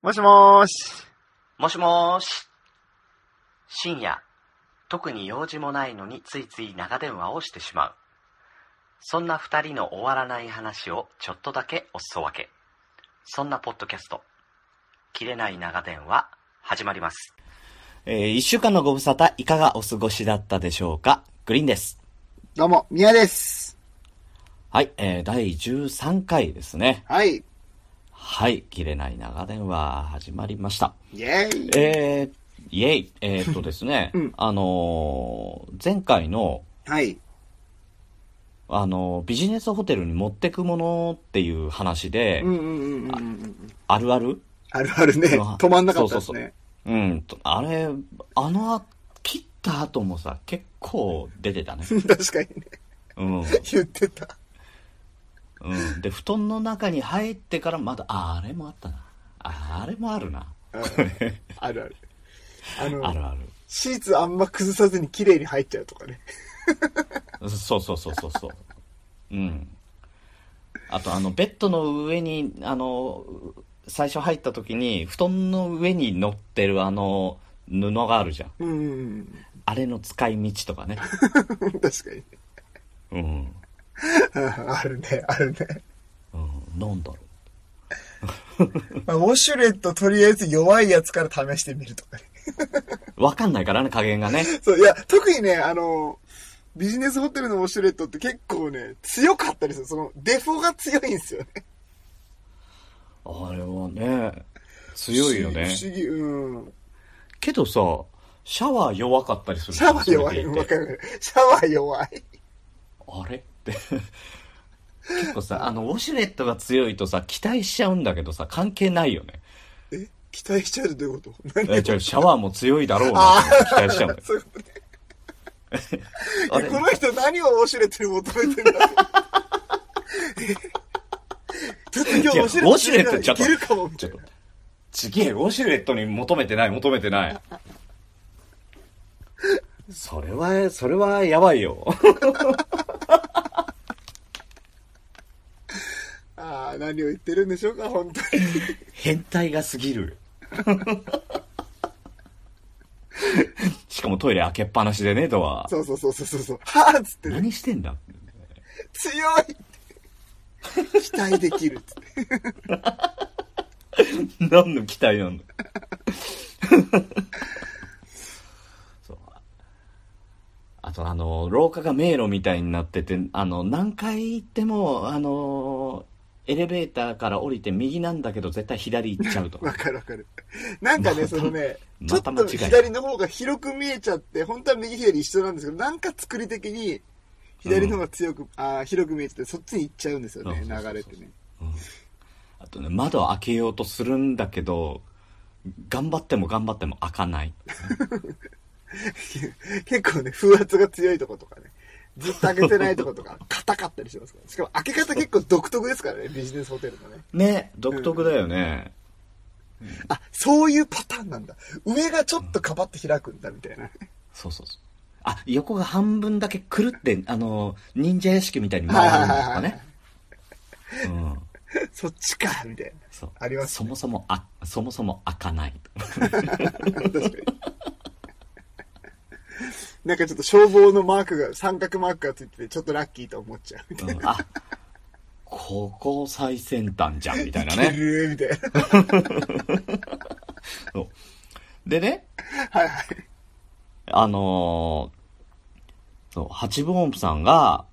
もしもーし。 もしもーし。深夜、特に用事もないのについつい長電話をしてしまう。そんな二人の終わらない話をちょっとだけおすそ分け。そんなポッドキャスト、切れない長電話、始まります。 一週間のご無沙汰、いかがお過ごしだったでしょうか。グリーンです。 どうも、宮です。 はい、第13回ですね。 はい。 はい、切れない長電話始まりました。 イェーイ。 イェイ。ですね、 うん、 前回の、 はい。 ビジネスホテルに持ってくものっていう話で、あるあるあるあるね。止まんなかったですね。 あれ、切った後もさ、結構出てたね。 確かにね。言ってた。 で、布団の中に入ってからまだ、あれもあったな。あれもあるな。 あるある。 あるある。 シーツあんま崩さずに綺麗に入っちゃうとかね。 そう。あと、ベッドの上に、最初入った時に、布団の上に乗ってる布があるじゃん。あれの使い道とかね。 確かにね。あるね。 なんだろう。ウォシュレットとりあえず弱いやつから試してみるとかね。 わかんないからね、加減がね。 そう、いや、特にね、ビジネスホテルのウォシュレットって結構ね、強かったりする。その、デフォが強いんですよね。 あれはね、強いよね。 不思議、 けどさ、シャワー弱かったりする。 シャワー弱い。わかる。シャワー弱い。 あれって結構さ、ウォシュレットが強いとさ、期待しちゃうんだけどさ、関係ないよね。 期待しちゃうとどういうこと？ シャワーも強いだろうなって期待しちゃうんだよ。 そういうことね。この人何をウォシュレットに求めてんだろう。ちょっと今日ウォシュレットいけるかもみたいな。 ちげえ、ウォシュレットに求めてない。それはやばいよ。 何を言ってるんでしょうか、本当に。 変態が過ぎる。しかもトイレ開けっぱなしでね、ドア。 そう。はぁっつって、ね。 何してんだ。 強い期待できるっつって。 何の期待なんだ。そう。あと廊下が迷路みたいになってて、何回行っても、エレベーターから降りて右なんだけど絶対左行っちゃうと。 わかる。なんかね、そのね、ちょっと左の方が広く見えちゃって、本当は右左一緒なんですけど、なんか作り的に左の方が広く見えちゃって、そっちに行っちゃうんですよね、流れてね。 あとね、窓を開けようとするんだけど、頑張っても開かない。 結構ね、風圧が強いとことかね。ずっと開けてないとことか、硬かったりしますから。しかも開け方結構独特ですからね、ビジネスホテルのね。 ね、独特だよね。 そういうパターンなんだ。上がちょっとかばって開くんだ、みたいな。 そう。横が半分だけくるって、忍者屋敷みたいに回るんですかね。 そっちか、みたいな。 そう。 あります、 ね。そもそも開かない。 確かに。なんかちょっと消防のマークが、三角マークがついてて、ちょっとラッキーと思っちゃうみたいな。 ここ最先端じゃん、みたいなね。 みたいな。 そうでね。 はい。 そう、八分音符さんが、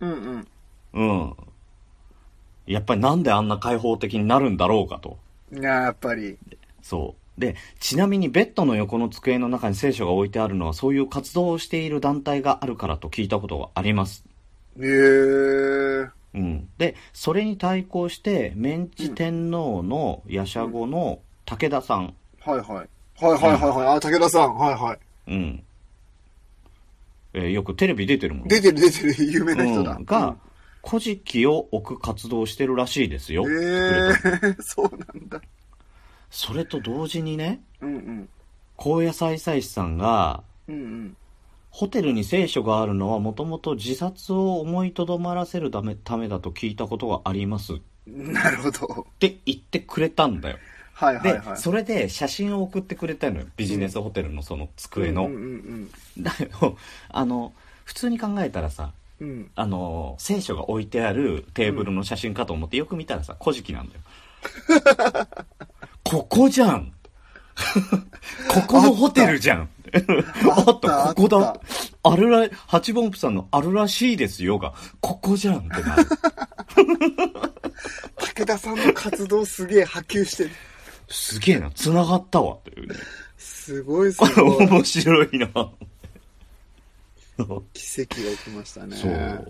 やっぱりなんであんな開放的になるんだろうかと。 やっぱり。 そう。で、ちなみにベッドの横の机の中に聖書が置いてあるのはそういう活動をしている団体があるからと聞いたことがあります。で、それに対抗して明治天皇の夜叉後の武田さん。 はい。武田さん。はい。 よくテレビ出てるもん。 出てる、有名な人だ。 が、古事記を置く活動をしてるらしいですよ。 そうなんだ。 それと同時にね、高野菜祭司さんが、ホテルに聖書があるのはもともと自殺を思いとどまらせるためだと聞いたことがあります。 なるほど。 って言ってくれたんだよ。 はいはいはい。 で、それで写真を送ってくれたのよ。ビジネスホテルのその机の。だけど、普通に考えたらさ、聖書が置いてあるテーブルの写真かと思ってよく見たらさ、古事記なんだよ。ここじゃんここのホテルじゃんあった、ここだ。八本譜さんのあるらしいですよが、ここじゃんってなる。 武田さんの活動すげえ波及してる。 すげえな、繋がったわっていうね。 すごいすごい。 面白いな。 奇跡が起きましたね。 そう。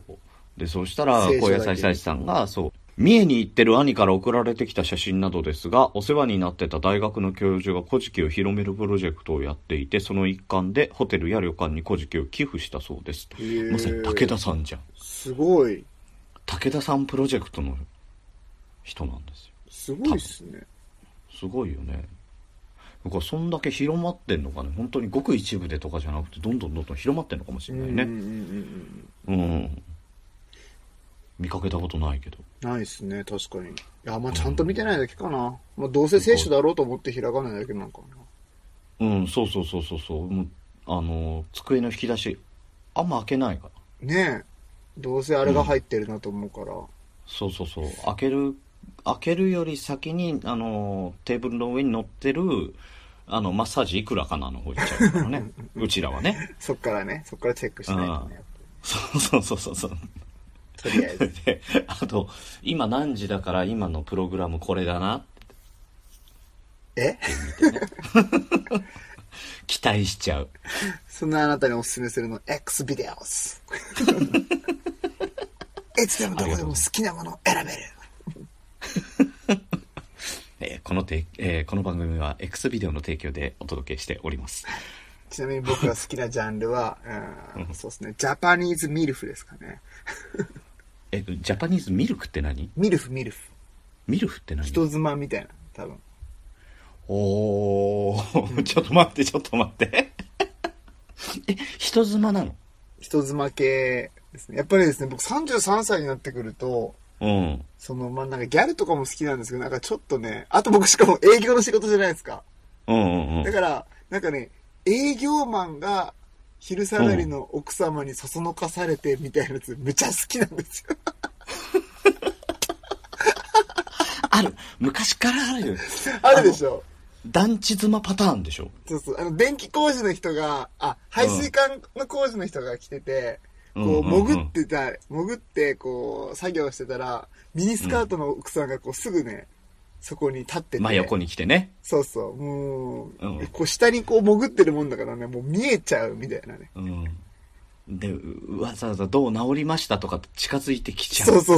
で、そうしたら、高野菜大使さんが、そう、三重に行ってる兄から送られてきた写真などですが、お世話になってた大学の教授が古事記を広めるプロジェクトをやっていて、その一環でホテルや旅館に古事記を寄付したそうです。まさに武田さんじゃん。 すごい。 武田さんプロジェクトの人なんですよ。 すごいっすね。 すごいよね。だからそんだけ広まってんのかね。本当にごく一部でとかじゃなくて、どんどん広まってんのかもしれないね。見かけたことないけど。 ないっすね、確かに。いや、まあちゃんと見てないだけかな。まあどうせ聖書だろうと思って開かないだけなのかな。そう。もう机の引き出し、あんま開けないから。 ねえ。どうせあれが入ってるなと思うから。 そう。開けるより先に、テーブルの上に乗ってる、マッサージいくらかなの方行っちゃうからね。うちらはね。 そっからチェックしないとね。 そう。 とりあえず。 で、あと、今何時だから今のプログラムこれだなって。 え期待しちゃう。 そんなあなたにおすすめするの、X ビデオス。いつでもどこでも好きなものを選べる。 この番組は X ビデオの提供でお届けしております。 ちなみに僕が好きなジャンルは、そうですね、ジャパニーズミルフですかね。 ジャパニーズミルクって何？ ミルフ。ミルフって何？ 人妻みたいな、多分。 ちょっと待って。人妻なの？ 人妻系ですね。やっぱりですね、僕33歳になってくると、なんかギャルとかも好きなんですけど、なんかちょっとね、あと僕しかも営業の仕事じゃないですか。だから、なんかね、営業マンが昼下がりの奥様にそそのかされてみたいなやつ、めちゃ好きなんですよ。 ある。昔からあるよ。 あるでしょ。 団地妻パターンでしょ。 そう。電気工事の人が、排水管の工事の人が来てて、潜って、作業してたら、ミニスカートの奥さんがすぐね、そこに立ってて。 真横に来てね。 そう。もう、下に潜ってるもんだからね、もう見えちゃうみたいなね。 で、わざわざどう治りましたとかって近づいてきちゃう。そう。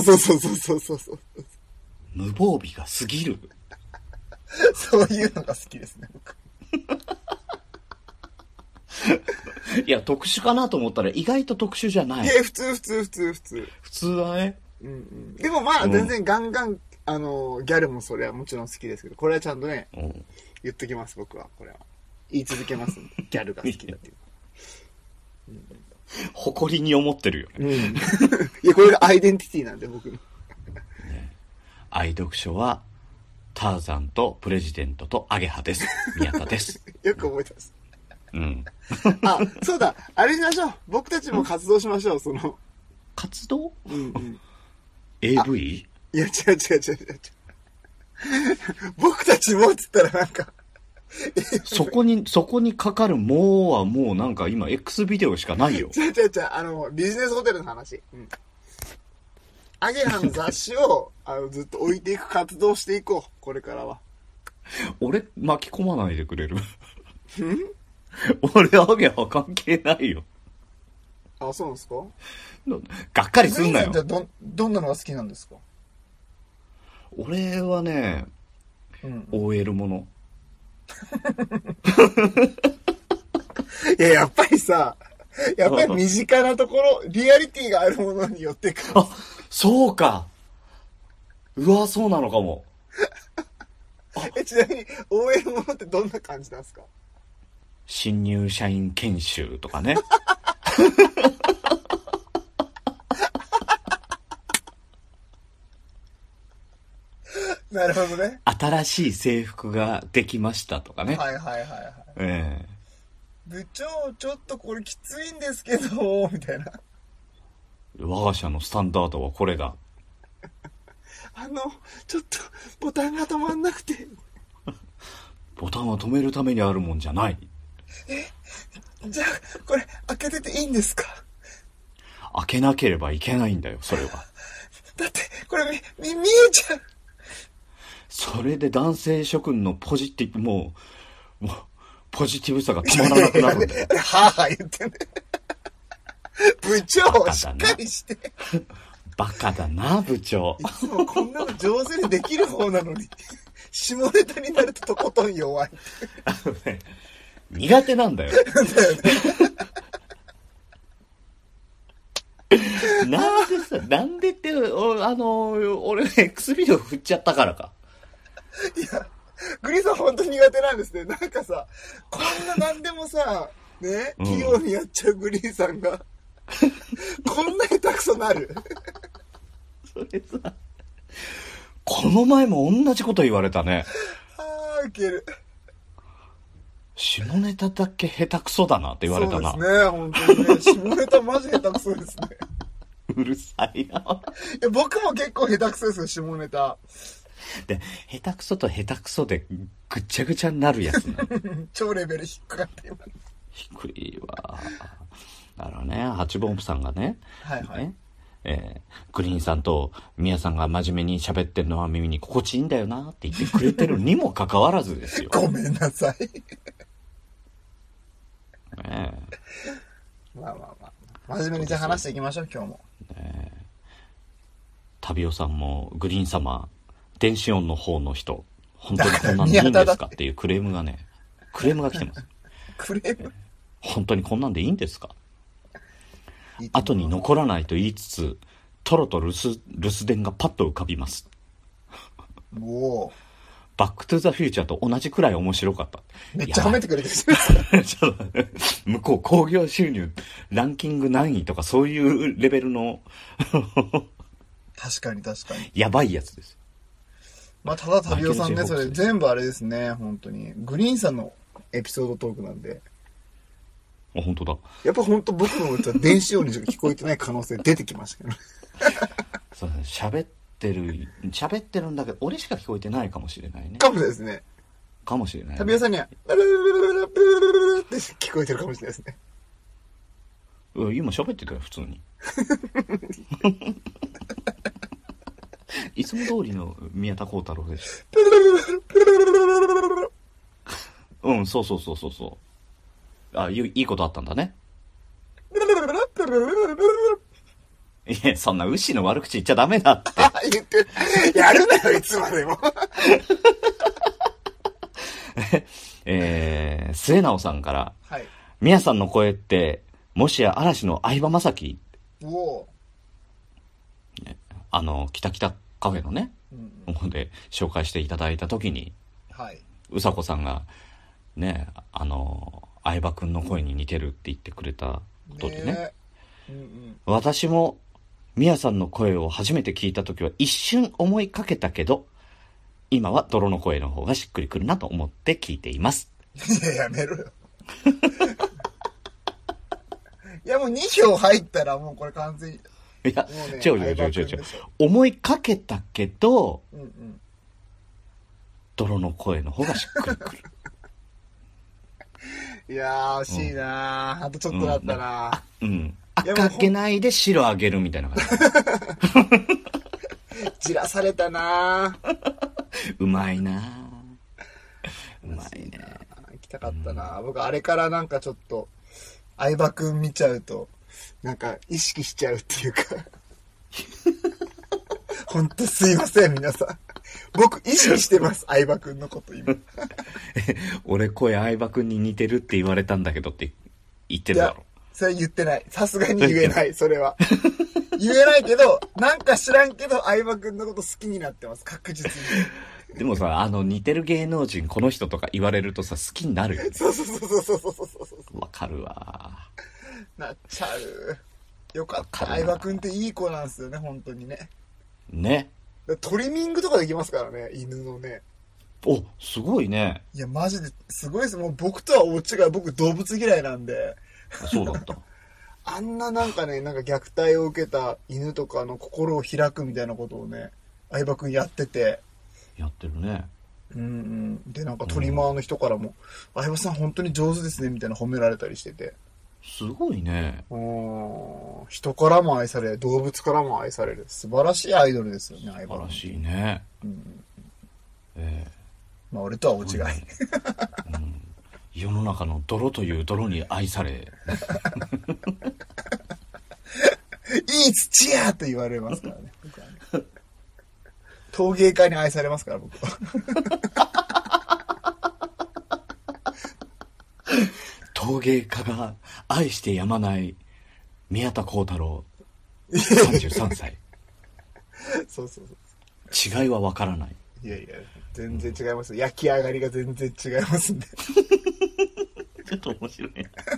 無防備が過ぎる。 そういうのが好きですね、僕。 いや、特殊かなと思ったら意外と特殊じゃない。 普通。 普通だね。 でもまあ、全然ガンガン、ギャルもそれはもちろん好きですけど、これはちゃんとね、言っときます、僕は。これは。言い続けます、ギャルが好きだっていう。 誇りに思ってるよね。 いや、これがアイデンティティなんで、僕の。 愛読書は、ターザンとプレジデントとアゲハです。宮田です。 よく覚えてます。そうだ、あれしましょう。僕たちも活動しましょう、 活動？AV？ いや、違う。僕たちもっつったらなんかそこにかかるもうはもうなんか今 X ビデオしかないよ。 違う、ビジネスホテルの話。アゲハの雑誌をずっと置いていく活動していこう、これからは。 俺巻き込まないでくれる？俺アゲハ関係ないよ。 そうなんですか？ がっかりすんなよ。 じゃあどんなのが好きなんですか？ 俺はね、OL もの。 いや、やっぱり身近なところ、リアリティがあるものによってくる。 そうか。そうなのかも。 ちなみに OL ものってどんな感じなんですか？ 新入社員研修とかね。 なるほどね。 新しい制服ができましたとかね。 はいはいはいはい。部長、ちょっとこれきついんですけど、みたいな。 我が社のスタンダードはこれだ。 ちょっとボタンが止まんなくて。 ボタンは止めるためにあるもんじゃない。 じゃあ、これ開けてていいんですか？ 開けなければいけないんだよ、それは。 だって、これ見えちゃう。 それで男性諸君のポジティブ、もう、ポジティブさが止まらなくなるんだよ。 はぁはぁ言ってね。部長、しっかりして。 バカだな、部長。 いつもこんなの上手にできる方なのに、下ネタになるととことん弱い。 苦手なんだよ。なんでって、俺、X ビデオ振っちゃったからか。 いや、グリーンさん本当に苦手なんですね。なんかさ、こんな何でもさ、ね、器用にやっちゃうグリーンさんが、こんな下手くそなる。 それさ、この前も同じこと言われたね。 ウケる。 下ネタだけ下手くそだなって言われたな。 そうですね、本当にね。下ネタマジ下手くそですね。 うるさいな。 いや、僕も結構下手くそですよ、下ネタ。 で、下手くそと下手くそでぐっちゃぐちゃになるやつね。 超レベル低かった今。 低いわ。だからね、ハチボンプさんがね、 はいはい。 グリーンさんとミヤさんが真面目に喋ってるのは耳に心地いいんだよなって言ってくれてるにもかかわらずですよ。 ごめんなさい。まあまあまあ。真面目にじゃあ話していきましょう、今日も。 タビオさんもグリーン様、電子音の方の人、本当にこんなんでいいんですかっていうクレームが来てます。 クレーム？ 本当にこんなんでいいんですか？後に残らないと言いつつ、トロと留守電がパッと浮かびます。 おー。 バックトゥザフューチャーと同じくらい面白かった。 めっちゃ褒めてくれてる。 向こう興行収入ランキング何位とかそういうレベルの確かに確かに。 やばいやつです。 まあ、ただ旅オさんね、それ全部あれですね、本当に。グリーンさんのエピソードトークなんで。 あ、本当だ。 やっぱ本当僕の歌電子音にしか聞こえてない可能性出てきましたけど。 そうね、喋ってるんだけど、俺しか聞こえてないかもしれないね。 かもしれないですね。 かもしれない、ね。 旅オさんには、ブルルルルルルルルって聞こえてるかもしれないですね。 今喋ってたよ、普通に。いつも通りの宮田幸太郎でしょ。うん、そう。あ、いいことあったんだね。いや、そんな牛の悪口言っちゃダメだって。 言ってる。やるなよ、いつまでも。 末直さんから、 はい。 宮さんの声って、もしや嵐の相葉雅紀。 おー。キタキタカフェのね、方で紹介していただいたときに、 はい。 うさこさんが、ね、相葉くんの声に似てるって言ってくれたことでね。私も、宮さんの声を初めて聞いたときは一瞬思いかけたけど、今は泥の声の方がしっくりくるなと思って聞いています。 いや、やめろよ。いや、もう2票入ったらもうこれ完全に。 いや、違う。思いかけたけど、泥の声の方がしっくりくる。 いやー、惜しいなー。あとちょっとだったなー。 赤けないで白あげるみたいな感じ。じらされたなー。うまいなー。うまいね。 行きたかったなー。僕あれからなんかちょっと、相葉くん見ちゃうと、なんか意識しちゃうっていうか。ほんとすいません、皆さん。僕意識してます、相葉くんのこと今。 俺声相葉くんに似てるって言われたんだけどって言ってるだろ。 それ言ってない。さすがに言えない、それは。言えないけど、なんか知らんけど、相葉くんのこと好きになってます、確実に。 でもさ、似てる芸能人この人とか言われるとさ、好きになるよね。 そう。 わかるわ。 なっちゃう。よかった。相葉くんっていい子なんですよね、本当にね。 ね。 トリミングとかできますからね、犬のね。 お、すごいね。 いや、マジですごいです。もう僕とは大違い。僕動物嫌いなんで。 そうだった。 あんななんかね、なんか虐待を受けた犬とかの心を開くみたいなことをね、相葉くんやってて。 やってるね。 うんうん。で、なんかトリマーの人からも、相葉さん本当に上手ですね、みたいな褒められたりしてて。 すごいね。 人からも愛され、動物からも愛される。素晴らしいアイドルですよね、相葉。 素晴らしいね。 まあ俺とは大違い。 世の中の泥という泥に愛され。いい土やと言われますからね。僕はね、陶芸家に愛されますから、僕は。 陶芸家が愛してやまない宮田幸太郎33歳。 そう。 違いはわからない。 いや、全然違います。焼き上がりが全然違いますんで。 ちょっと面白い。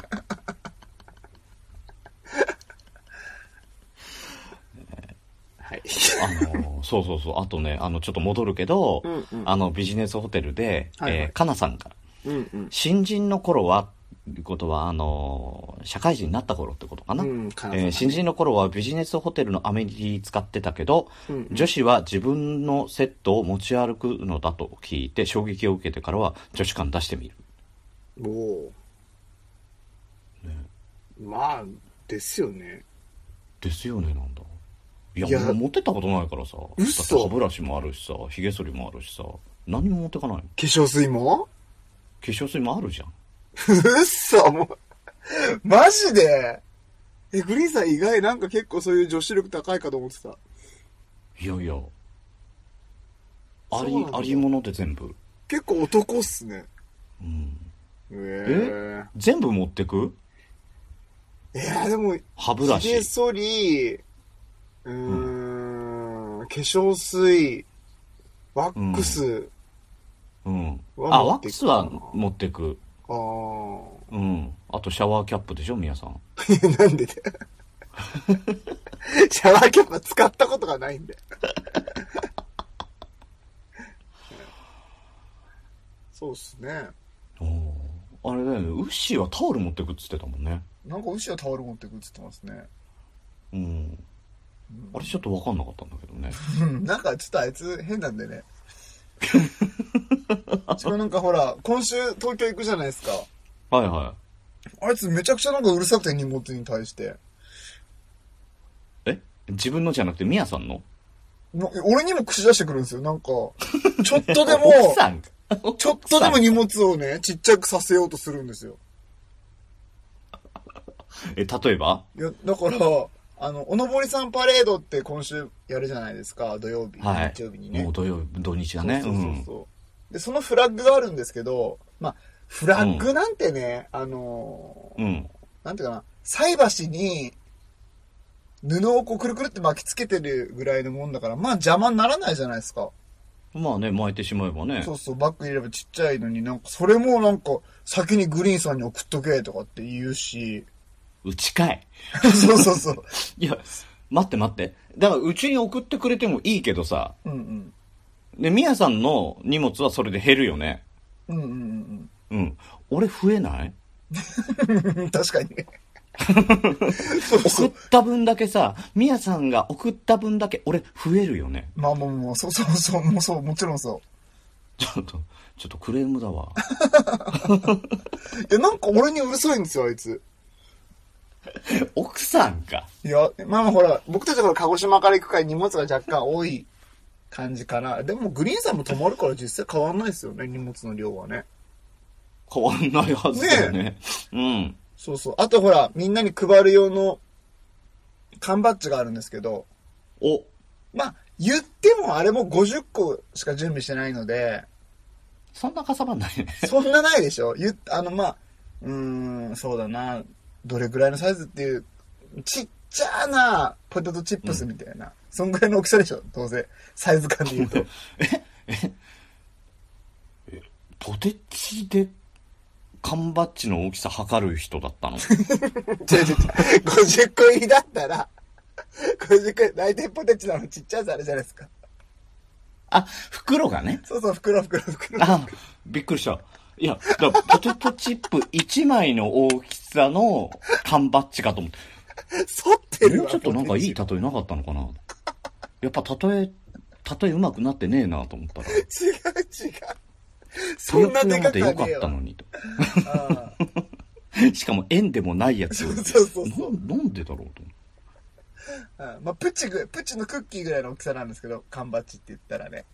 はい。 そう。あとね、ちょっと戻るけど、ビジネスホテルで、かなさんから、新人の頃は、ということは、社会人になった頃ってことかな。新人の頃はビジネスホテルのアメニティ使ってたけど、女子は自分のセットを持ち歩くのだと聞いて衝撃を受けてからは女子感出してみる。 おお、ね。まあ、ですよね。 ですよね、なんだ。いや、俺持ってったことないからさ。 嘘。 だって歯ブラシもあるしさ、髭剃りもあるしさ、何も持ってかないの。 化粧水もあるじゃん。 嘘、もう。マジでグリーンさん意外なんか結構そういう女子力高いかと思ってた。 いや。ありもので全部。 結構男っすね。 全部持ってく？ いや、でも、 歯ブラシ。 髭剃り、化粧水、ワックス。 ワックスは持ってく。 あとシャワーキャップでしょ、皆さん。 なんでシャワーキャップは使ったことがないんで。そうっすね。 あれだよね、ウッシーはタオル持ってくっつってたもんね。 なんかウッシーはタオル持ってくっつってますね。 あれちょっと分かんなかったんだけどね。 なんかちょっとあいつ変なんでね。しかもなんかほら、今週東京行くじゃないですか。 はい。 あいつめちゃくちゃなんかうるさくて、荷物に対して。 自分のじゃなくてミヤさんの？ 俺にも口出してくるんですよ。なんか、ちょっとでも、ちょっとでも荷物をね、ちっちゃくさせようとするんですよ。 例えば？ いや、だから、おのぼりさんパレードって今週やるじゃないですか、土曜日、日曜日にね。 もう土日だね。 で、そのフラッグがあるんですけど、まあ、フラッグなんてね、なんていうかな、菜箸に布をこうくるくるって巻きつけてるぐらいのもんだから、まあ邪魔にならないじゃないですか。 まあね、巻いてしまえばね。 そう、バッグ入れればちっちゃいのになんか、それもなんか、先にグリーンさんに送っとけとかって言うし。 うちかい。 そう。 いや、待って。だから、うちに送ってくれてもいいけどさ。で、ミヤさんの荷物はそれで減るよね。俺増えない？ 確かにね。 送った分だけさ、ミヤさんが送った分だけ俺増えるよね。 まあもう、そう、もちろんそう。 ちょっとクレームだわ。 いや、なんか俺にうるさいんですよ、あいつ。 奥さんか。 いや、まあほら、僕たちは鹿児島から行くから荷物が若干多い感じかな。でもグリーンさんも泊まるから実際変わんないですよね、荷物の量はね。 変わんないはずだよね。 そう。あとほら、みんなに配る用の缶バッジがあるんですけど。まあ、言ってもあれも50個しか準備してないので。 そんなかさばんないね。 そんなないでしょ？そうだな。どれぐらいのサイズっていう、ちっちゃなポテトチップスみたいな。そんぐらいの大きさでしょ？どうせ。サイズ感で言うと。 ポテチで缶バッジの大きさ測る人だったの ？50個入りだったら、50個、大体ポテチのちっちゃいやつあるじゃないですか。 あ、袋がね。 そうそう、袋。 あ、びっくりした。いや、だポテトチップ1枚の大きさの缶バッジかと思って。 反ってるわ。 もうちょっとなんかいい例えなかったのかな。やっぱ例え上手くなってねえなと思ったら。 違う。そんなでかくはねえよかったのにと。 あしかも円でもないやつ。 そう。 なんでだろうと。 まあ、プチのクッキーぐらいの大きさなんですけど、缶バッジって言ったらね。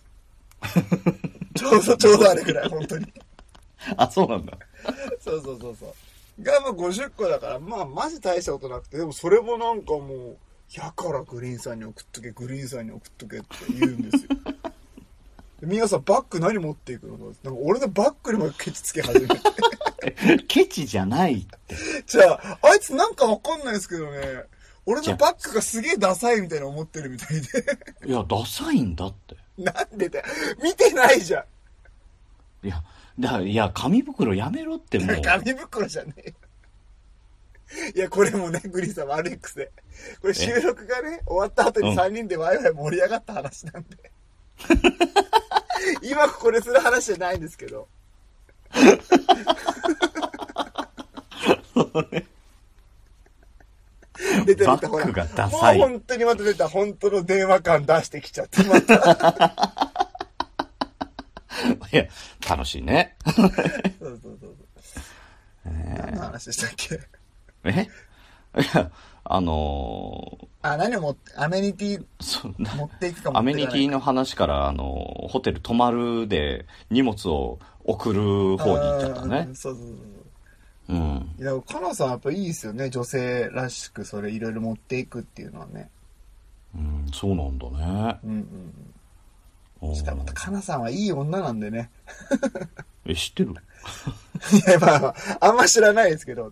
ちょうどあれぐらい、本当に。 あ、そうなんだ。 そう。が、まあ50個だから、まあ、マジ大したことなくて、でもそれもなんかもう、やからグリーンさんに送っとけって言うんですよ。皆さん、バッグ何持っていくの？なんか俺のバッグにもケチつけ始めて。 ケチじゃないって。 じゃあ、あいつなんかわかんないですけどね、俺のバッグがすげえダサいみたいな思ってるみたいで。 いや、ダサいんだって。 なんでだよ。見てないじゃん。 いや、紙袋やめろってもう。 紙袋じゃねえよ。いや、これもね、グリーンさん悪い癖。これ収録がね、終わった後に3人でワイワイ盛り上がった話なんで。今これする話じゃないんですけど。出てバッグがダサい。 もう本当にまた出た。本当の電話感出してきちゃって、また。 いや、楽しいね。 そう。何の話でしたっけ？ いや、何をアメニティ持っていくかも。 アメニティの話から、ホテル泊まるで荷物を送る方に行っちゃったね。 そう。 うん。 いや、かなさんやっぱいいですよね。女性らしくそれいろいろ持っていくっていうのはね。 うん、そうなんだね。 しかもかなさんはいい女なんでね。 知ってる？ いや、まあ、あんま知らないですけど。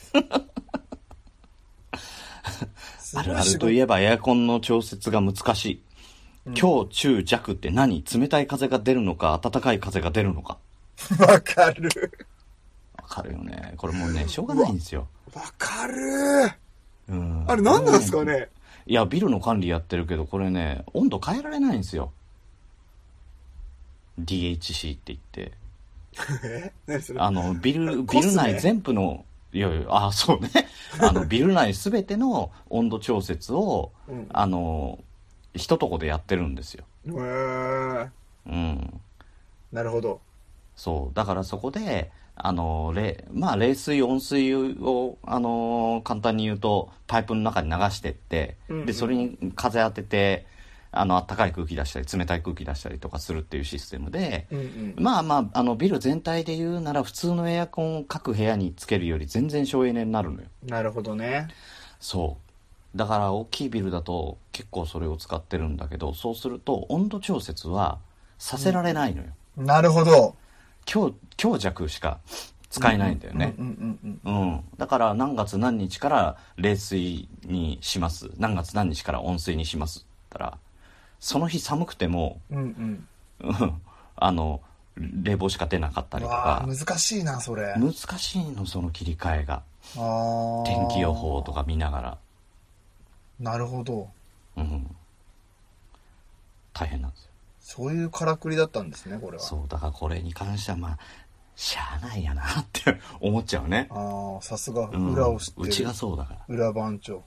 あるといえばエアコンの調節が難しい。強中弱って何？冷たい風が出るのか暖かい風が出るのか。 わかるよね。これもうね、しょうがないんですよ。 わかる。 あれ何なんですかね。 いや、ビルの管理やってるけど、これね、温度変えられないんですよ。DHC って言って。 何それ？ ビル内全部の、そうね。ビル内すべての温度調節を、一とこでやってるんですよ。なるほど。 そう。だからそこで、冷水、温水を、簡単に言うと、パイプの中に流してって、で、それに風当てて、暖かい空気出したり、冷たい空気出したりとかするっていうシステムで、ビル全体で言うなら、普通のエアコンを各部屋につけるより全然省エネになるのよ。 なるほどね。 そう。だから、大きいビルだと結構それを使ってるんだけど、そうすると、温度調節はさせられないのよ。 なるほど。 強弱しか使えないんだよね。だから何月何日から冷水にします。何月何日から温水にしますって言ったら、その日寒くても、冷房しか出なかったりとか。 難しいな、それ。 難しいの、その切り替えが。天気予報とか見ながら。 なるほど。 大変なんですよ。 そういうからくりだったんですね、これは。 そう、だからこれに関してはしゃあないやなって思っちゃうね。 さすが裏を知ってる。 うちがそうだから。 裏番長。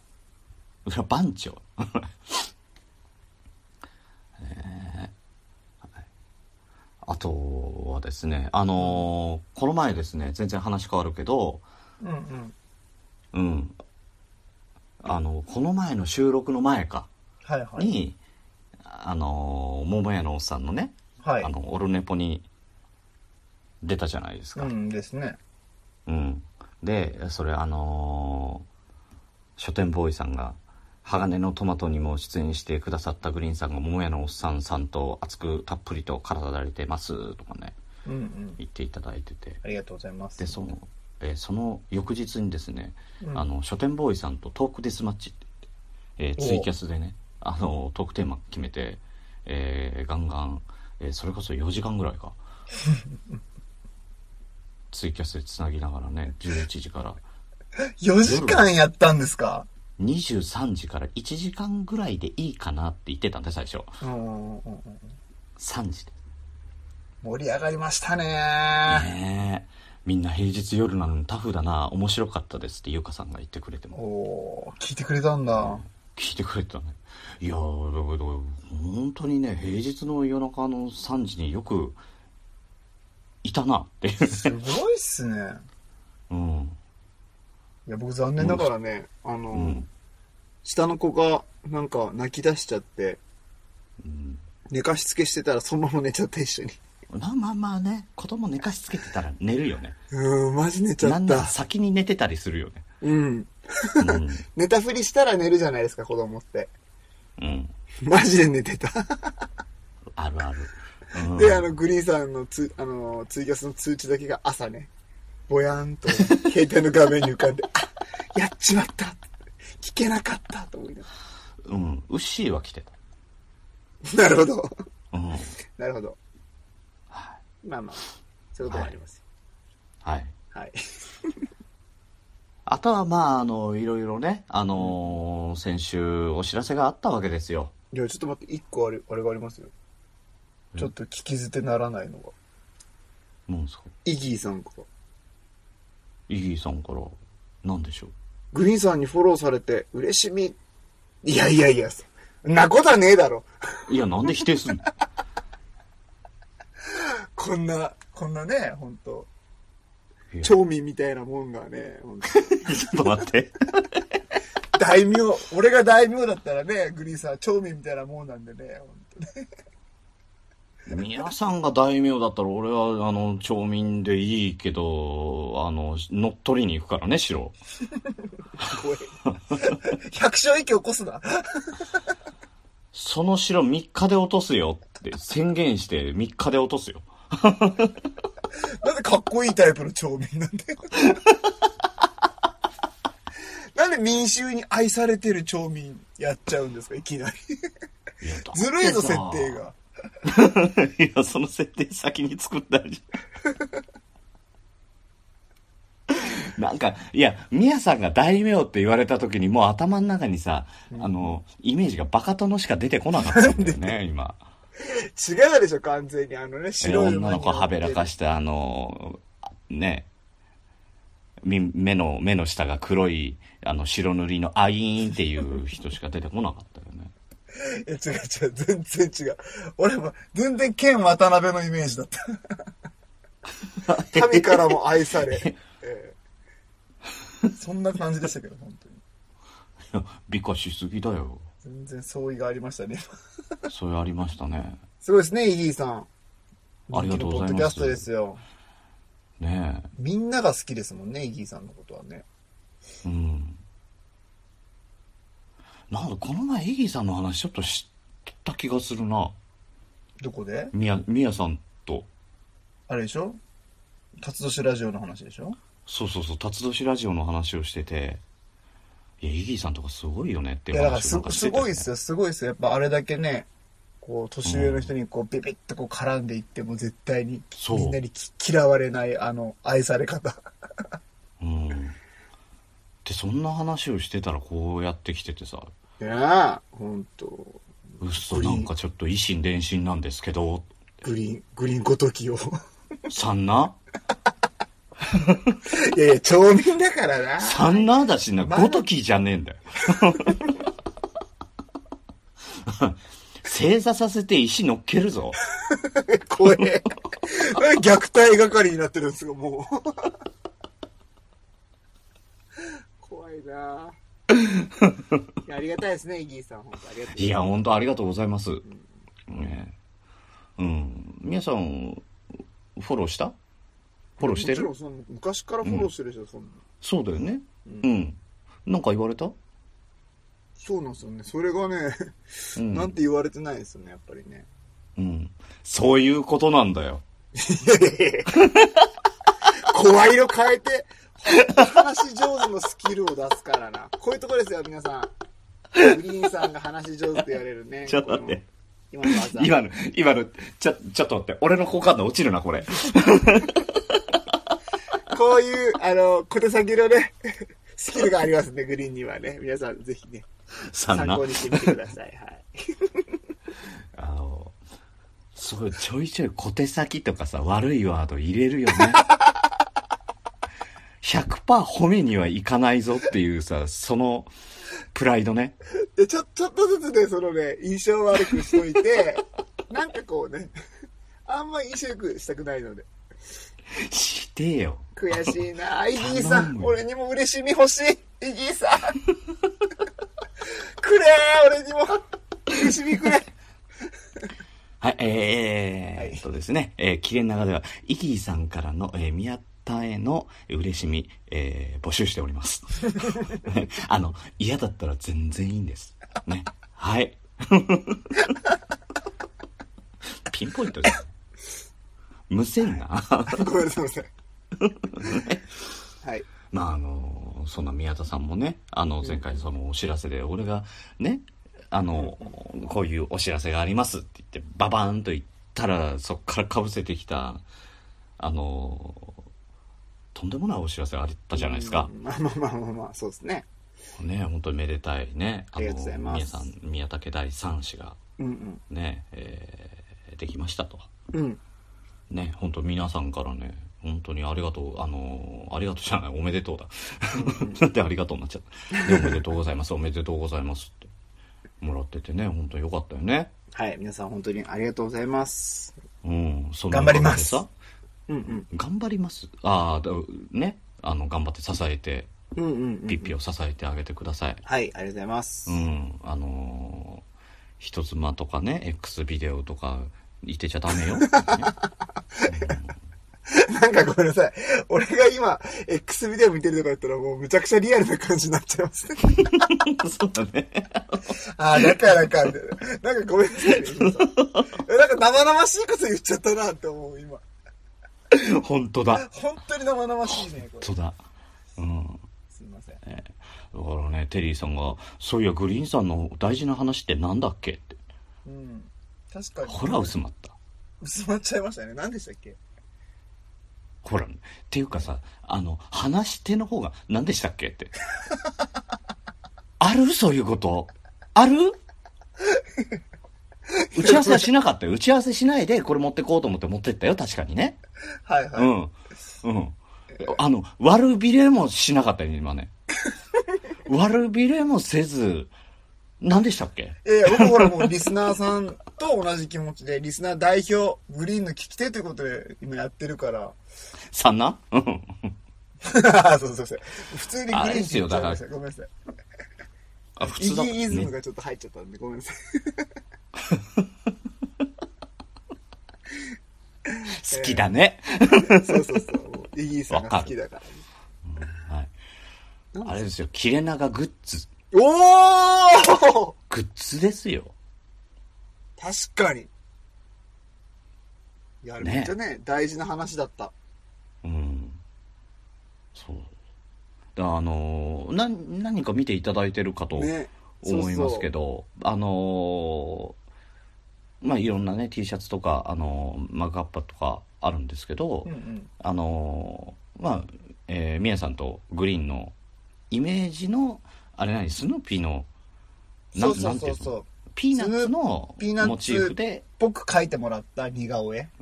あとはですね、この前ですね、全然話変わるけど、この前の収録の前か、に、桃屋のおっさんのね、オルネポに出たじゃないですか。 ですね。 で、それ書店ボーイさんが、鋼のトマトにも出演してくださったグリーンさんが桃屋のおっさんさんと熱くたっぷりと語られてますとかね、言っていただいてて、 ありがとうございます。 でその翌日にですね、書店ボーイさんとトークデスマッチって、ツイキャスでね、トークテーマ決めて、ガンガン、それこそ4時間ぐらいかツイキャスでつなぎながらね、11時から 4時間やったんですか？ 23時から1時間ぐらいでいいかなって言ってたんで最初。3時で盛り上がりましたね。 ねえ、みんな平日夜なのにタフだな、面白かったですってゆかさんが言ってくれても。 おー、聞いてくれたんだ。 聞いてくれたね。いやー、だけど本当にね、平日の夜中の3時によくいたなっていう。 すごいっすね。 うん。 いや、僕残念ながらね、下の子がなんか泣き出しちゃって、寝かしつけしてたらそのまま寝ちゃって一緒に。 まあね、子供寝かしつけてたら寝るよね。 マジ寝ちゃった。 なんなら先に寝てたりするよね。 寝たふりしたら寝るじゃないですか、子供って。マジで寝てた。 あるある。 で、グリーンさんのツイキャスの通知だけが朝ね、ぼやーんと携帯の画面に浮かんで、あ、やっちまった。聞けなかったと思いながら。ウッシーは来てた。 なるほど。なるほど。まあまあ、そういうこともありますよ。はい。はい。 あとはまあ、いろいろね、先週お知らせがあったわけですよ。 いや、ちょっと待って、一個あれがありますよ。ちょっと聞き捨てならないのが。 何ですか？ イギーさんから。 イギーさんから、何でしょう？ グリーンさんにフォローされて、嬉しみ。いや、なことはねえだろ。 いや、なんで否定すんの？ こんなね、ほんと。町民みたいなもんがね、ほんと。ちょっと待って。 大名、俺が大名だったらね、グリーンさん、町民みたいなもんなんでね、ほんとね。 皆さんが大名だったら俺は町民でいいけど乗っ取りに行くからね、城。 百姓一揆起こすな。 その城3日で落とすよって宣言して3日で落とすよ。 なんでかっこいいタイプの町民なんだよ。なんで民衆に愛されてる町民やっちゃうんですか、いきなり。ずるいぞ、設定が。 いや、その設定先に作ったんじゃん。なんか、いや、ミヤさんが大名って言われた時にもう頭の中にさ、イメージがバカ殿しか出てこなかったんだよね、今。 違うでしょ、完全に。白い女の子はべらかしたね、目の下が黒い、白塗りのアイーンっていう人しか出てこなかったよね。 いや、違う、全然違う。俺も、全然剣渡辺のイメージだった。民からも愛され。そんな感じでしたけど、本当に。 いや、美化しすぎだよ。 全然相違がありましたね。 そうありましたね。 すごいですね、イギーさん。 ありがとうございます。ポッドキャストですよ。 ねえ。 みんなが好きですもんね、イギーさんのことはね。 なんだ、この前イギーさんの話ちょっと知った気がするな。 どこで？ ミヤさんと。 あれでしょ？辰年ラジオの話でしょ？ そう、辰年ラジオの話をしてて、いや、イギーさんとかすごいよねっていう話をなんかしてた、ね。すごいっすよ。やっぱあれだけね、こう、年上の人にこう、ビビッとこう絡んでいっても絶対に、みんなに嫌われない、愛され方。 で、そんな話をしてたらこうやってきててさ。 いやー、ほんと。 なんかちょっと以心伝心なんですけど。 グリーンごときを。 さんな？ いや、町民だからな。 さんなだしな、ごときじゃねえんだよ。正座させて石乗っけるぞ。 怖え。虐待係になってるんですが、もう。怖いな。いや、ありがたいですね、イギーさん。本当ありがとう。 いや、本当ありがとうございます。皆さん、フォローした？フォローしてる？ もちろん昔からフォローしてるでしょ、 そうだよね。なんか言われた？ そうなんですよね。それがね、なんて言われてないですよね、やっぱりね。 そういうことなんだよ。 声色変えて、話し上手のスキルを出すからな。こういうところですよ、皆さん。グリーンさんが話し上手って言われるね。 ちょっと待って。 今の、 ちょっと待って。俺の好感度落ちるな、これ。 こういう、小手先のね、 スキルがありますね、グリーンにはね。皆さんぜひね、参考にしてみてください。はい。 すごいちょいちょい小手先とかさ、悪いワード入れるよね。100% 褒めにはいかないぞっていうさ、そのプライドね。 で、ちょっとずつね、そのね、印象悪くしといて、なんかこうね、あんま印象良くしたくないので。 してよ。 悔しいな。イギーさん、俺にも嬉しみ欲しい。イギーさん。くれー、俺にも嬉しみくれ。 はい、ですね、切れ長では、イギーさんからの、宮田への嬉しみ、募集しております。嫌だったら全然いいんです。ね。はい。ピンポイントです。むせんな。 ごめんなさい。はい。 まあそんな宮田さんもね、前回そのお知らせで、俺がね、こういうお知らせがありますって言って、ババーンと言ったら、そっから被せてきた、とんでもないお知らせがあったじゃないですか。 まあ、そうですね。 ね、本当にめでたいね。 ありがとうございます。 宮武第3子が、ね、できましたと。ね、本当皆さんからね、本当にありがとう、ありがとうじゃない、おめでとうだ。なんでありがとうになっちゃった。で、おめでとうございます、おめでとうございますってもらっててね、本当によかったよね。 はい、皆さん本当にありがとうございます。 頑張ります。 頑張ります。ね、頑張って支えて、ピッピを支えてあげてください。 はい、ありがとうございます。 人妻とかね、X ビデオとか言ってちゃダメよ。 なんかごめんなさい。俺が今、X ビデオ見てるとか言ったらもうむちゃくちゃリアルな感じになっちゃいますね。 そうだね。 だからか、みたいな。なんかごめんなさい、ね。なんか生々しいこと言っちゃったなって思う、今。 本当だ。 本当に生々しいね、これ。 本当だ。 すいません。 だからね、テリーさんが、そういや、グリーンさんの大事な話ってなんだっけって。 確かに。 ほら、薄まった。 薄まっちゃいましたね。何でしたっけ？ ほら、っていうかさ、話し手の方が何でしたっけって。ある？そういうこと。ある？打ち合わせはしなかったよ。打ち合わせしないでこれ持ってこうと思って持ってったよ。確かにね。 はいはい。 悪びれもしなかったよ、今ね。悪びれもせず、何でしたっけ？ 僕ほらもうリスナーさんと同じ気持ちで、リスナー代表、グリーンの聞き手ということで今やってるから。 さんな？ そう。普通にグリーンって言っちゃいました。ごめんなさい。 普通だ。 イギーイズムがちょっと入っちゃったんで、ごめんなさい。 好きだね。 そう。イギーさんが好きだから。 はい。あれですよ、切れ長グッズ。 おー！ グッズですよ。 確かに。いや、めっちゃね、大事な話だった。 そう。何か見ていただいてるかと思いますけど、まあいろんなね T シャツとかマグカップとかあるんですけど、まあ、ミヤさんとグリーンのイメージのあれスヌーピーのそうピーナッツのモチーフで僕描いてもらった似顔絵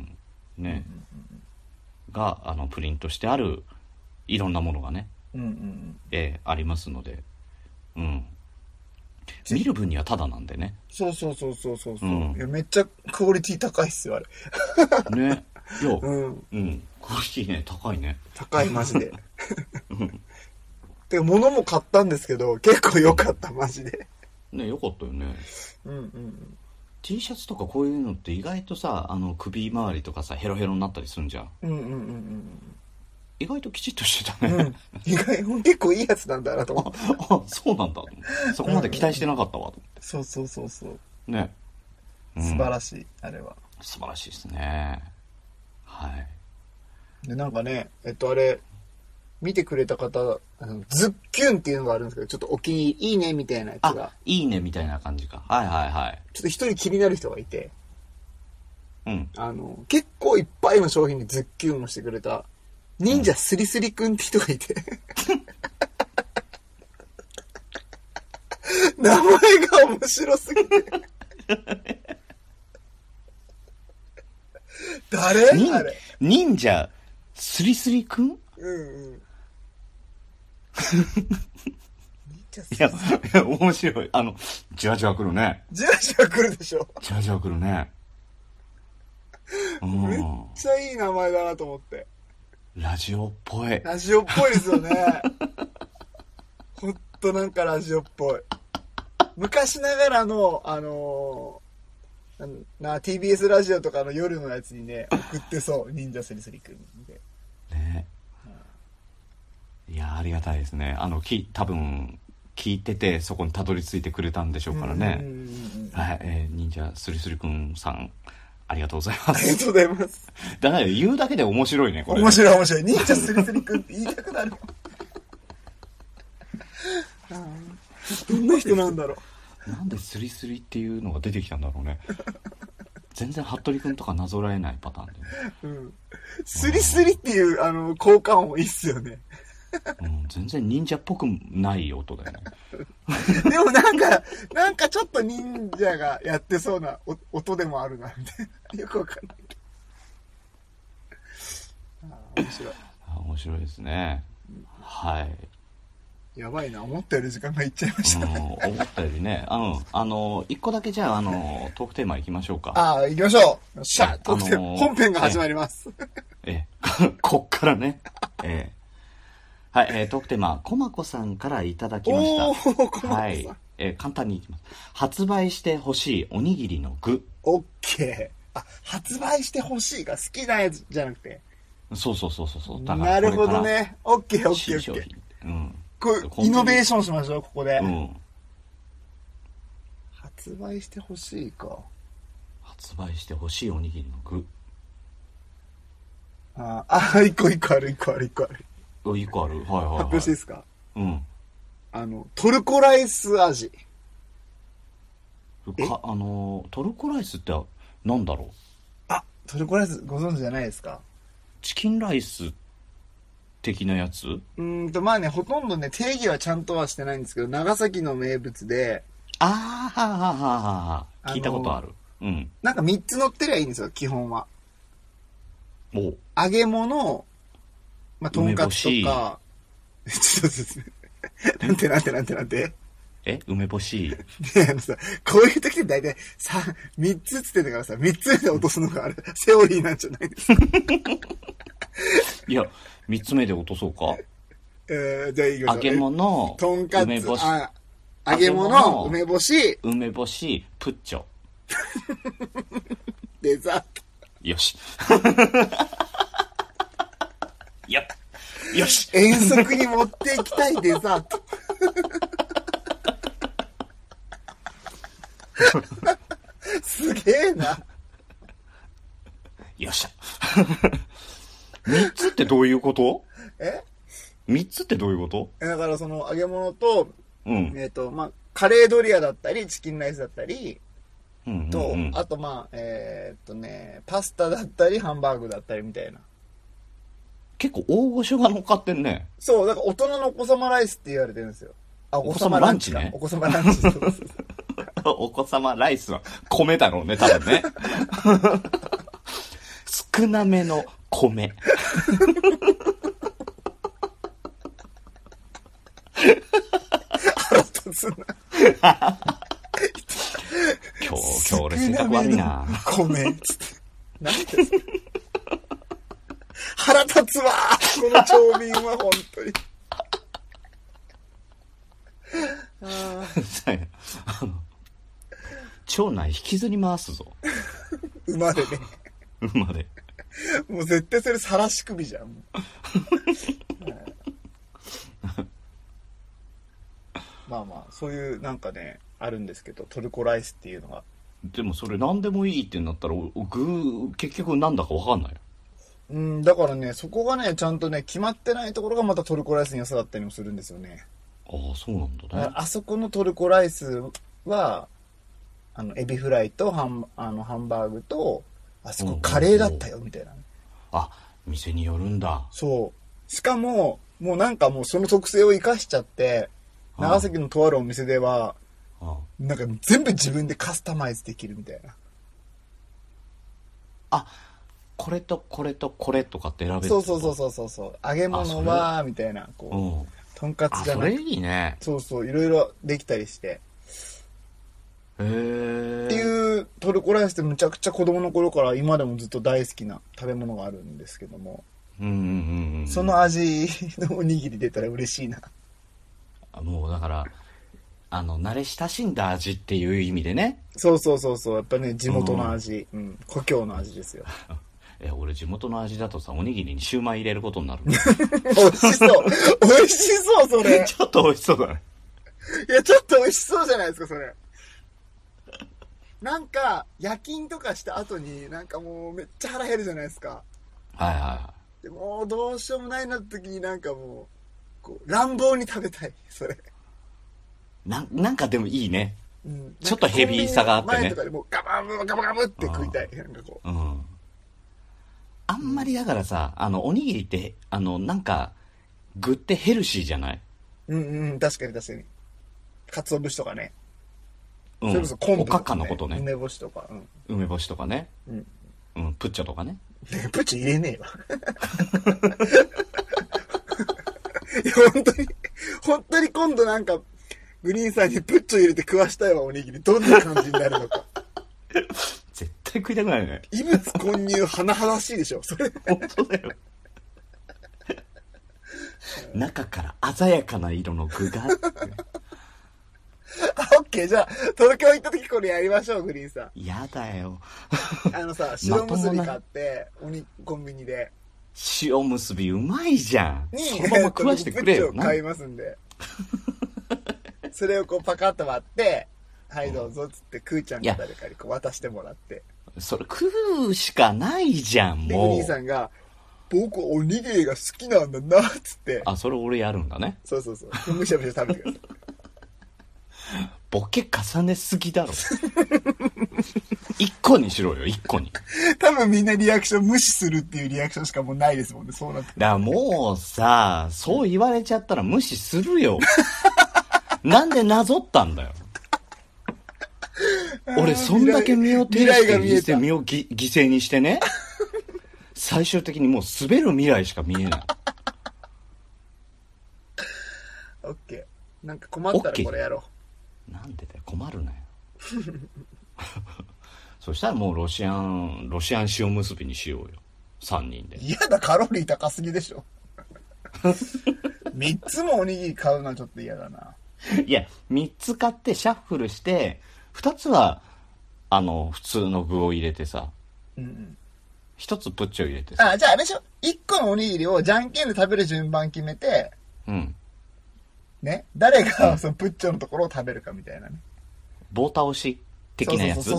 がプリントしてあるいろんなものがね、ありますので、見る分にはタダなんでね。 そう、いやめっちゃクオリティ高いっすよあれ。 ね、クオリティね高いね。 高いマジで。てか物も買ったんですけど結構良かったマジで。 ね、良かったよね。T シャツとかこういうのって意外とさ首周りとかさヘロヘロになったりするんじゃん。意外ときちっとしてたね。 意外結構いいやつなんだなと思って。 そうなんだ。そこまで期待してなかったわと思って。 そうね、 素晴らしいあれは。 素晴らしいですね。はい。 でなんかねあれ見てくれた方ズッキュンっていうのがあるんですけど、ちょっとお気に入りいいねみたいなやつが。 いいねみたいな感じか。はい。 ちょっと一人気になる人がいて、結構いっぱいの商品にズッキュンをしてくれた忍者スリスリくんって人がいて名前が面白すぎて。誰あれ。 忍者、スリスリくん？ うんうん。 いや、面白い。じわじわ来るね。 じわじわ来るでしょ。 じわじわ来るね。 めっちゃいい名前だなと思って。 ラジオっぽい。 ラジオっぽいですよね。ほんとなんかラジオっぽい。昔ながらの、TBS ラジオとかの夜のやつにね、送ってそう。忍者スリスリくんで。ね。 いや、ありがたいですね。多分、聞いてて、そこにたどり着いてくれたんでしょうからね。はい、忍者スリスリくんさん、ありがとうございます。 ありがとうございます。 だから言うだけで面白いね、これ、ね。 面白い面白い。忍者スリスリくんって言いたくなる。どんな人なんだろう。なんでスリスリっていうのが出てきたんだろうね。全然服部くんとかなぞらえないパターンで、ね。 うん。スリスリっていう効果音いいっすよね。 うん、全然忍者っぽくない音だよね。 でもなんかちょっと忍者がやってそうな音でもあるな、みたいな。よくわかんないけど。面白い。 面白いですね。はい。 やばいな、思ったより時間がいっちゃいましたね。 思ったよりね。一個だけじゃあ、トークテーマ行きましょうか。 行きましょう。よっしゃ、トークテーマ、本編が始まります。 こっからね。はい、トークテーマ、コマコさんからいただきました。はい。簡単にいきます。発売してほしいおにぎりの具。 オッケー。発売してほしいが好きなやつじゃなくて。 そう。 なるほどね。オッケー。うん。これ、イノベーションしましょう、ここで。うん。発売してほしいか。 発売してほしいおにぎりの具。 一個ある。 一個ある。はい。 発表していいですか？ うん。 トルコライス味。 トルコライスってなんだろう？ トルコライスご存知じゃないですか？ チキンライス的なやつ？ まあね、ほとんどね、定義はちゃんとはしてないんですけど、長崎の名物で。 聞いたことある。うん。 なんか3つ乗ってりゃいいんですよ、基本は。揚げ物、とんかつとか、ちょっとですね。なんて梅干し。 こういう時って大体3つつってんだからさ、3つで落とすのがセオリーなんじゃないですか。 いや、3つ目で落とそうか。 じゃあいきましょう。 揚げ物、 とんかつ、揚げ物、梅干し、 プッチョ。 デザート。 よし。よし。 遠足に持っていきたいデザート。すげえな。 よっしゃ。3つってどういうこと？ 3 つってどういうこと？ だからその揚げ物と、カレードリアだったり、チキンライスだったり、あとパスタだったり、ハンバーグだったりみたいな。 結構大御所が乗っかってんね。 そう、だから大人のお子様ライスって言われてるんですよ。 お子様ランチね。 お子様ランチ。 お子様ライスは米だろうね、多分ね。少なめの米。 腹立つな。 今日俺性格悪いな。 米つって。何ですか？腹立つわこの町民は本当に。 町内引きずり回すぞ。 馬でね。 馬で。 もう絶対それ晒し首じゃん。そういうなんかねあるんですけど、トルコライスっていうのが。 でもそれ何でもいいってなったら結局なんだか分かんない。 だからね、そこがねちゃんとね決まってないところがまたトルコライスの良さだったりもするんですよね。 そうなんだね。 あそこのトルコライスはエビフライとハンバーグとあそこカレーだったよみたいな、ね。 店によるんだ。 そう。しかももうなんかもうその特性を生かしちゃって、長崎のとあるお店ではなんか全部自分でカスタマイズできるみたいな。 あ、これとこれとこれとかって選べる。 そう揚げ物はみたいな、こうとんかつじゃなくて、 それいいね。 そういろいろできたりして、 っていうトルコライスってむちゃくちゃ子供の頃から今でもずっと大好きな食べ物があるんですけども、その味のおにぎり出たら嬉しいな。 もうだから慣れ親しんだ味っていう意味でね。 そうやっぱね、地元の味、故郷の味ですよ。 俺地元の味だとさ、おにぎりにシューマイ入れることになる。 美味しそうそれ。 ちょっと美味しそうだね。 いや、ちょっと美味しそうじゃないですか、それ。なんか夜勤とかした後になんかもうめっちゃ腹減るじゃないですか。でもうどうしようもないなって時になんかもうこう乱暴に食べたい、それ。 なんかでもいいね、ちょっとヘビーさがあってね。 前とかでもうガバブって食いたい。なんかこう、 あんまりだからさ、おにぎりってなんか具ってヘルシーじゃない？ 確かに鰹節とかね、それこそ昆布とか、ね、 おかかのことね、 梅干しとか、 梅干しとかね、プッチョとかね。 プッチョ入れねえわ。いや本当に今度なんかグリーンさんにプッチョ入れて食わしたいわ、おにぎり。どんな感じになるのか。 絶対食いたくないね。 異物混入甚だしいでしょ、それ。 本当だよ。中から鮮やかな色の具があって。 オッケー、じゃあ、東京行った時これやりましょう、グリーンさん。 やだよ。 白結び買って、コンビニで。 塩結びうまいじゃん。そのまま食わしてくれよ。 プッチョ買いますんで。それをこうパカッと割って、はいどうぞっつってクーちゃんが誰かにこう渡してもらって。 それ食うしかないじゃん、もう。 で、グリーンさんが、僕おにぎりが好きなんだな、っつって。 それ俺やるんだね。 そう。むしゃむしゃ食べてください。 ボケ重ねすぎだろ。一個にしろよ、一個に。 多分みんなリアクション無視するっていうリアクションしかもうないですもんね、そうなって。 だからもうさ、そう言われちゃったら無視するよ。なんでなぞったんだよ。俺そんだけ身を挺して身を犠牲にしてね、最終的にもう滑る未来しか見えない。 オッケー。なんか困ったらこれやろう。なんでだよ、困るなよ。そしたらもうロシアン塩結びにしようよ、3人で。 嫌だ、カロリー高すぎでしょ。3つもおにぎり買うのはちょっと嫌だな。 いや、3つ買ってシャッフルして、2つは普通の具を入れてさ、1つプッチョ入れてさ。 じゃああれでしょ、1個のおにぎりをじゃんけんで食べる順番決めて、ね、誰がそのプッチョのところを食べるかみたいなね。 棒倒し的なやつ。そう。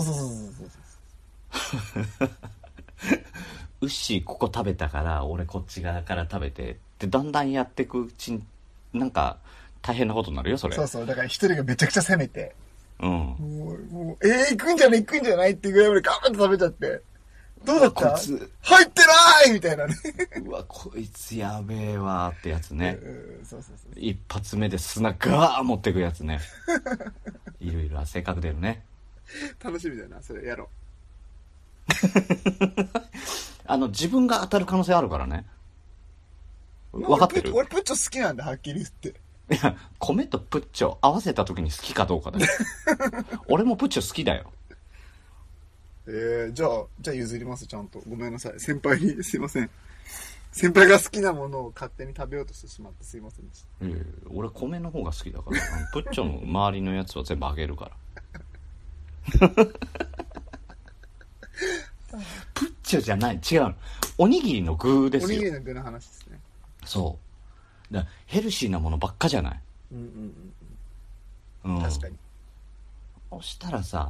ウッシーここ食べたから俺こっち側から食べてってだんだんやっていくうちになんか大変なことになるよ、それ。 そうだから一人がめちゃくちゃ攻めて、 もう行くんじゃないっていうぐらいまでガーッと食べちゃって、どうだった？入ってないみたいなね。 うわ、こいつやべえわってやつね。 そう。 一発目で砂ガー持ってくやつね。いろいろ性格出るね。 楽しみだよな、それやろう。自分が当たる可能性あるからね。分かってる？ 俺プッチョ好きなんだ、はっきり言って。 いや、米とプッチョ合わせた時に好きかどうかだよ。俺もプッチョ好きだよ。 じゃあ譲ります、ちゃんと。ごめんなさい。先輩に、すいません。先輩が好きなものを勝手に食べようとしてしまってすいませんでした。 俺米の方が好きだから、プッチョの周りのやつは全部あげるから。プッチョじゃない、違う。おにぎりの具ですよ。 おにぎりの具の話ですね。 そう。だからヘルシーなものばっかじゃない。 確かに。 そしたらさ、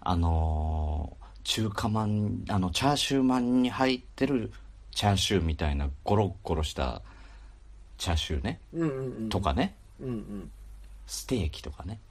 中華まん、チャーシューまんに入ってるチャーシューみたいなゴロゴロしたチャーシューね、とかね、ステーキとかね、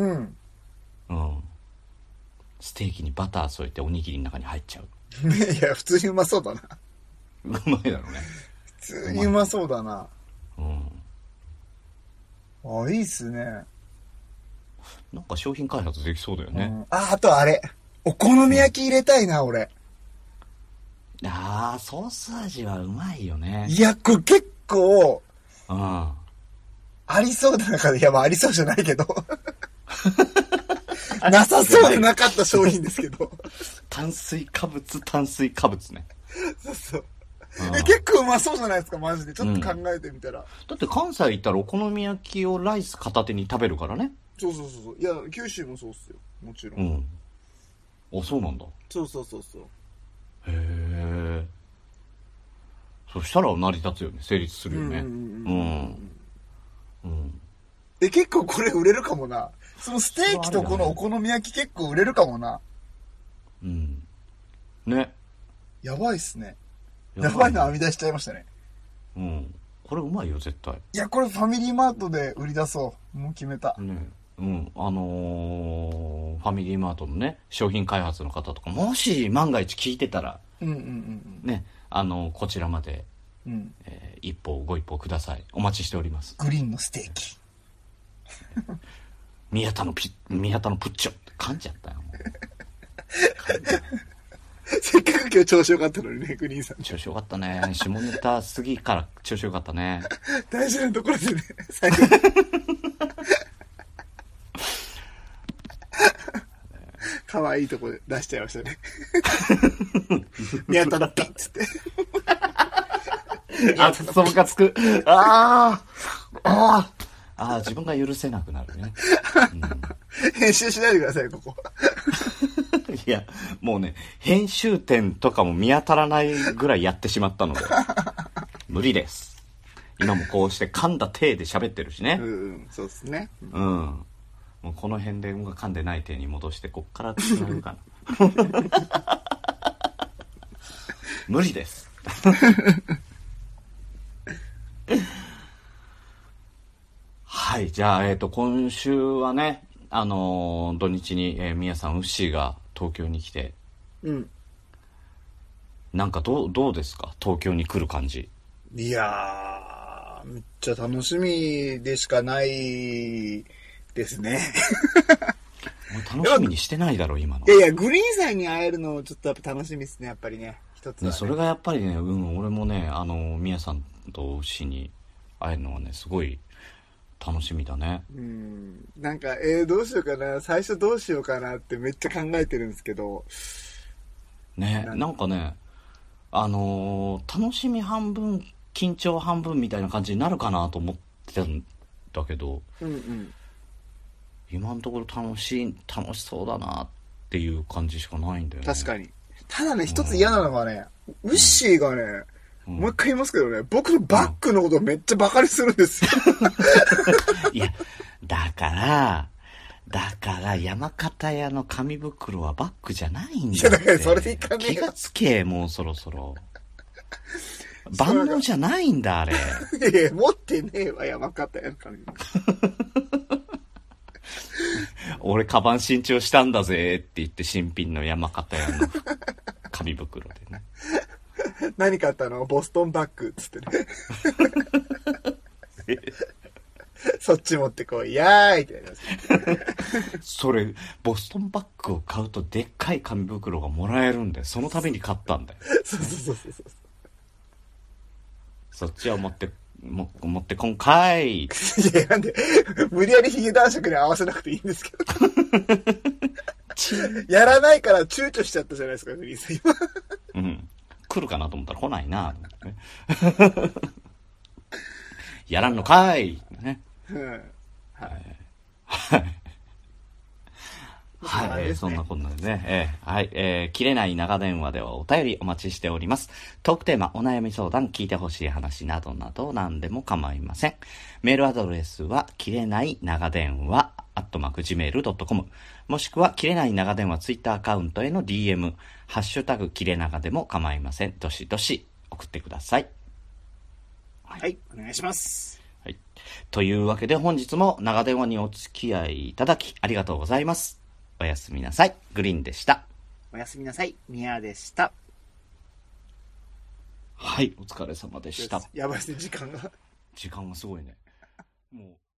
ステーキにバター添えておにぎりの中に入っちゃう。 いや、普通にうまそうだな。 うまいだろうね。 普通にうまそうだな。いいっすね。 なんか商品開発できそうだよね。 あとあれ。お好み焼き入れたいな、俺。 ああ、ソース味はうまいよね。 いや、これ結構、 うん。 ありそうな中で、いや、まあありそうじゃないけど。なさそうでなかった商品ですけど。 炭水化物ね。 そうそう。結構うまそうじゃないですか、マジで。ちょっと考えてみたら。 だって関西行ったらお好み焼きをライス片手に食べるからね。 そう。いや、九州もそうっすよ。もちろん。 うん。あ、そうなんだ。 そう。 へえ。そしたら成り立つよね。成立するよね。 結構これ売れるかもな。そのステーキとこのお好み焼き結構売れるかもな。 うん。ね。 やばいっすね。やばいの編み出しちゃいましたね。 うん。これうまいよ、絶対。 いや、これファミリーマートで売り出そう。もう決めた。 ね。うん。ファミリーマートのね、商品開発の方とか、もし万が一聞いてたら、ね、こちらまで、ご一報ください。お待ちしております。 グリーンのステーキ。 宮田のプッチョって噛んじゃったよ。 せっかく今日調子よかったのにね、グリーンさん。 調子よかったね。下ネタ過ぎから調子よかったね。 大事なところでね、最後。可愛いとこで出しちゃいましたね。宮田のピッつって。 あ、そムカつく。ああ、自分が許せなくなるね。 編集しないでください、ここ。 いや、もうね、編集点とかも見当たらないぐらいやってしまったので、無理です。今もこうして噛んだ体で喋ってるしね。 そうですね。 もうこの辺で噛んでない体に戻して、こっからつなぐかな。無理です。はい、じゃあ、今週はね、土日に、宮さん、ウッシーが東京に来て、なんかどうですか、東京に来る感じ。 いやー、めっちゃ楽しみでしかないですね。 楽しみにしてないだろ、今の。 いや、グリーンさんに会えるのちょっとやっぱ楽しみですね、やっぱりね。一つはね。 それがやっぱりね、俺もね、宮さんとウッシーに会えるのはね、すごい楽しみだね。 なんか、どうしようかな、最初どうしようかなってめっちゃ考えてるんですけど。 ね、なんかね、楽しみ半分、緊張半分みたいな感じになるかなと思ってたんだけど、今のところ楽しそうだなっていう感じしかないんだよね。 確かに。ただね、一つ嫌なのがね、ウッシーがね、もう一回言いますけどね、僕のバッグのことをめっちゃバカにするんですよ。 いや、だから山形屋の紙袋はバッグじゃないんだよ。いや、だからそれでいかねえよ。 気がつけ、もうそろそろ。万能じゃないんだ、あれ。 いや、持ってねえわ、山形屋の紙袋。 俺、カバン新調したんだぜって言って、新品の山形屋の紙袋でね。 何買ったの？ボストンバッグっつってね。そっち持ってこいやーいってなります。 それ、ボストンバッグを買うとでっかい紙袋がもらえるんだよ。そのために買ったんだよ。 そう。 そっちは持ってこんかい。 いや、なんで、無理やりヒゲ男爵に合わせなくていいんですけど。やらないから躊躇しちゃったじゃないですか、フリーさん今。来るかなと思ったら来ないな、ね。やらんのかい、ね。はい、そんなこんなでね。切れない長電話ではお便りお待ちしております。トークテーマ、お悩み相談、聞いてほしい話などなど何でも構いません。メールアドレスは、切れない長電話、@gmail.com、もしくは、切れない長電話ツイッターアカウントへの DM、ハッシュタグ切れ長でも構いません。どしどし送ってください。 はい、お願いします。 はい。というわけで本日も長電話にお付き合いいただきありがとうございます。おやすみなさい。グリーンでした。 おやすみなさい。ミヤでした。 はい、お疲れ様でした。 やばいですね、時間が。 時間がすごいね。もう